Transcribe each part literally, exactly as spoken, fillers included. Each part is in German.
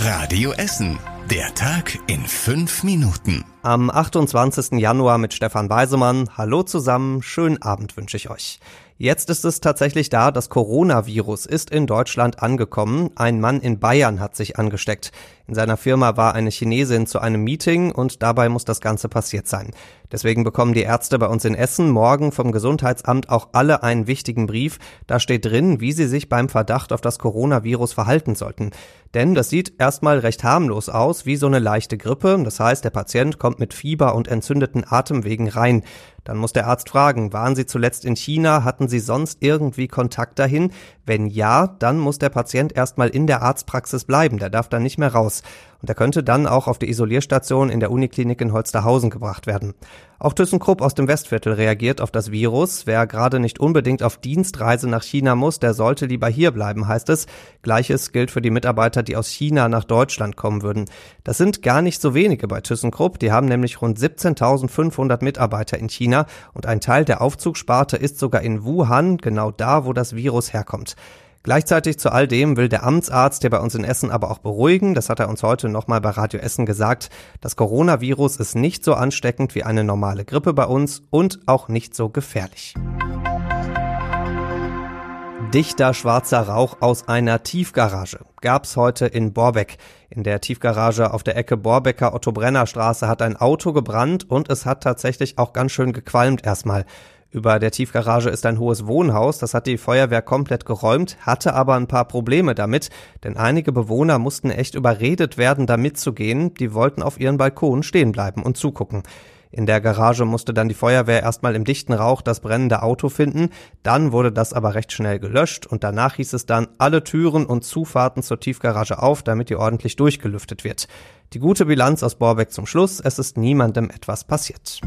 Radio Essen. Der Tag in fünf Minuten. Am achtundzwanzigsten Januar mit Stefan Weisemann. Hallo zusammen, schönen Abend wünsche ich euch. Jetzt ist es tatsächlich da, das Coronavirus ist in Deutschland angekommen. Ein Mann in Bayern hat sich angesteckt. In seiner Firma war eine Chinesin zu einem Meeting und dabei muss das Ganze passiert sein. Deswegen bekommen die Ärzte bei uns in Essen morgen vom Gesundheitsamt auch alle einen wichtigen Brief. Da steht drin, wie sie sich beim Verdacht auf das Coronavirus verhalten sollten. Denn das sieht erstmal recht harmlos aus, wie so eine leichte Grippe. Das heißt, der Patient kommt mit Fieber und entzündeten Atemwegen rein. Dann muss der Arzt fragen, waren Sie zuletzt in China? Hatten Sie sonst irgendwie Kontakt dahin? Wenn ja, dann muss der Patient erstmal in der Arztpraxis bleiben. Der darf dann nicht mehr raus. Und er könnte dann auch auf die Isolierstation in der Uniklinik in Holsterhausen gebracht werden. Auch ThyssenKrupp aus dem Westviertel reagiert auf das Virus. Wer gerade nicht unbedingt auf Dienstreise nach China muss, der sollte lieber hier bleiben, heißt es. Gleiches gilt für die Mitarbeiter, die aus China nach Deutschland kommen würden. Das sind gar nicht so wenige bei ThyssenKrupp. Die haben nämlich rund siebzehntausendfünfhundert Mitarbeiter in China und ein Teil der Aufzugssparte ist sogar in Wuhan, genau da, wo das Virus herkommt. Gleichzeitig zu all dem will der Amtsarzt hier bei uns in Essen aber auch beruhigen. Das hat er uns heute nochmal bei Radio Essen gesagt. Das Coronavirus ist nicht so ansteckend wie eine normale Grippe bei uns und auch nicht so gefährlich. Dichter schwarzer Rauch aus einer Tiefgarage gab's heute in Borbeck. In der Tiefgarage auf der Ecke Borbecker-Otto-Brenner-Straße hat ein Auto gebrannt und es hat tatsächlich auch ganz schön gequalmt erstmal. Über der Tiefgarage ist ein hohes Wohnhaus, das hat die Feuerwehr komplett geräumt, hatte aber ein paar Probleme damit, denn einige Bewohner mussten echt überredet werden, da mitzugehen. Die wollten auf ihren Balkonen stehen bleiben und zugucken. In der Garage musste dann die Feuerwehr erstmal im dichten Rauch das brennende Auto finden, dann wurde das aber recht schnell gelöscht und danach hieß es dann, alle Türen und Zufahrten zur Tiefgarage auf, damit die ordentlich durchgelüftet wird. Die gute Bilanz aus Borbeck zum Schluss, es ist niemandem etwas passiert.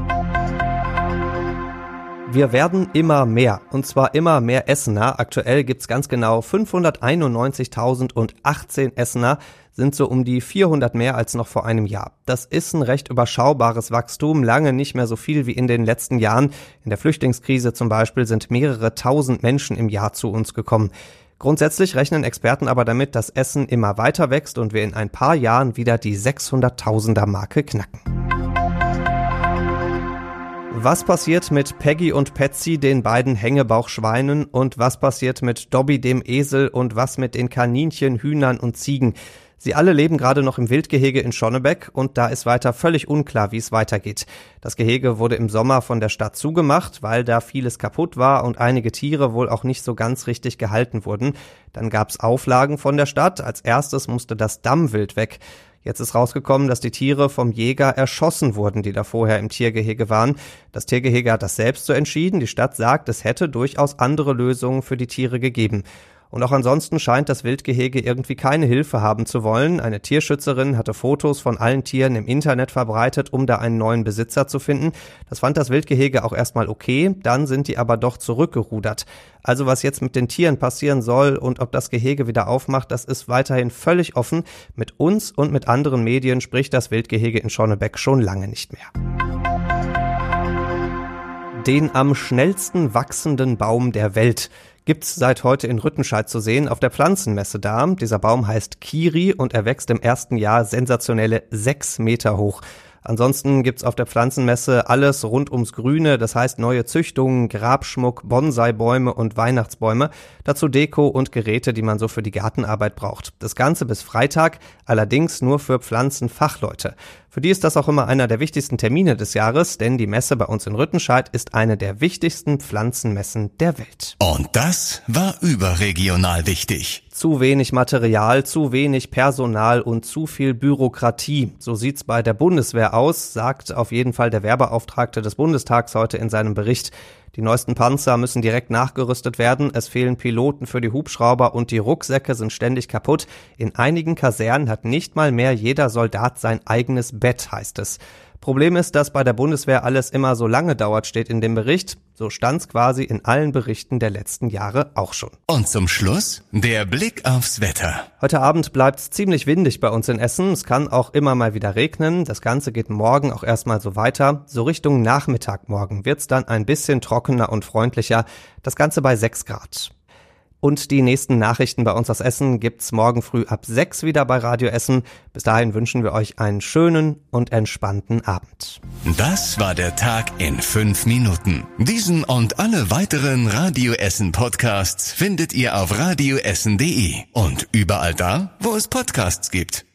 Wir werden immer mehr, und zwar immer mehr Essener. Aktuell gibt's ganz genau fünfhunderteinundneunzigtausendachtzehn Essener, sind so um die vierhundert mehr als noch vor einem Jahr. Das ist ein recht überschaubares Wachstum, lange nicht mehr so viel wie in den letzten Jahren. In der Flüchtlingskrise zum Beispiel sind mehrere tausend Menschen im Jahr zu uns gekommen. Grundsätzlich rechnen Experten aber damit, dass Essen immer weiter wächst und wir in ein paar Jahren wieder die sechshunderttausender-Marke knacken. Was passiert mit Peggy und Patsy, den beiden Hängebauchschweinen, und was passiert mit Dobby, dem Esel, und was mit den Kaninchen, Hühnern und Ziegen? Sie alle leben gerade noch im Wildgehege in Schonnebeck und da ist weiter völlig unklar, wie es weitergeht. Das Gehege wurde im Sommer von der Stadt zugemacht, weil da vieles kaputt war und einige Tiere wohl auch nicht so ganz richtig gehalten wurden. Dann gab's Auflagen von der Stadt. Als erstes musste das Dammwild weg. Jetzt ist rausgekommen, dass die Tiere vom Jäger erschossen wurden, die da vorher im Tiergehege waren. Das Tiergehege hat das selbst so entschieden. Die Stadt sagt, es hätte durchaus andere Lösungen für die Tiere gegeben. Und auch ansonsten scheint das Wildgehege irgendwie keine Hilfe haben zu wollen. Eine Tierschützerin hatte Fotos von allen Tieren im Internet verbreitet, um da einen neuen Besitzer zu finden. Das fand das Wildgehege auch erstmal okay, dann sind die aber doch zurückgerudert. Also was jetzt mit den Tieren passieren soll und ob das Gehege wieder aufmacht, das ist weiterhin völlig offen. Mit uns und mit anderen Medien spricht das Wildgehege in Schonnebeck schon lange nicht mehr. Den am schnellsten wachsenden Baum der Welt gibt's seit heute in Rüttenscheid zu sehen auf der Pflanzenmesse da. Dieser Baum heißt Kiri und er wächst im ersten Jahr sensationelle sechs Meter hoch. Ansonsten gibt's auf der Pflanzenmesse alles rund ums Grüne, das heißt neue Züchtungen, Grabschmuck, Bonsai-Bäume und Weihnachtsbäume, dazu Deko und Geräte, die man so für die Gartenarbeit braucht. Das Ganze bis Freitag, allerdings nur für Pflanzenfachleute. Für die ist das auch immer einer der wichtigsten Termine des Jahres, denn die Messe bei uns in Rüttenscheid ist eine der wichtigsten Pflanzenmessen der Welt. Und das war überregional wichtig. Zu wenig Material, zu wenig Personal und zu viel Bürokratie. So sieht's bei der Bundeswehr aus, sagt auf jeden Fall der Wehrbeauftragte des Bundestags heute in seinem Bericht. Die neuesten Panzer müssen direkt nachgerüstet werden, es fehlen Piloten für die Hubschrauber und die Rucksäcke sind ständig kaputt. In einigen Kasernen hat nicht mal mehr jeder Soldat sein eigenes Bett, heißt es. Problem ist, dass bei der Bundeswehr alles immer so lange dauert, steht in dem Bericht. So stand's quasi in allen Berichten der letzten Jahre auch schon. Und zum Schluss der Blick aufs Wetter. Heute Abend bleibt's ziemlich windig bei uns in Essen. Es kann auch immer mal wieder regnen. Das Ganze geht morgen auch erstmal so weiter. So Richtung Nachmittag morgen wird's dann ein bisschen trockener und freundlicher. Das Ganze bei sechs Grad. Und die nächsten Nachrichten bei uns aus Essen gibt's morgen früh ab sechs wieder bei Radio Essen. Bis dahin wünschen wir euch einen schönen und entspannten Abend. Das war der Tag in fünf Minuten. Diesen und alle weiteren Radio Essen Podcasts findet ihr auf radioessen punkt de und überall da, wo es Podcasts gibt.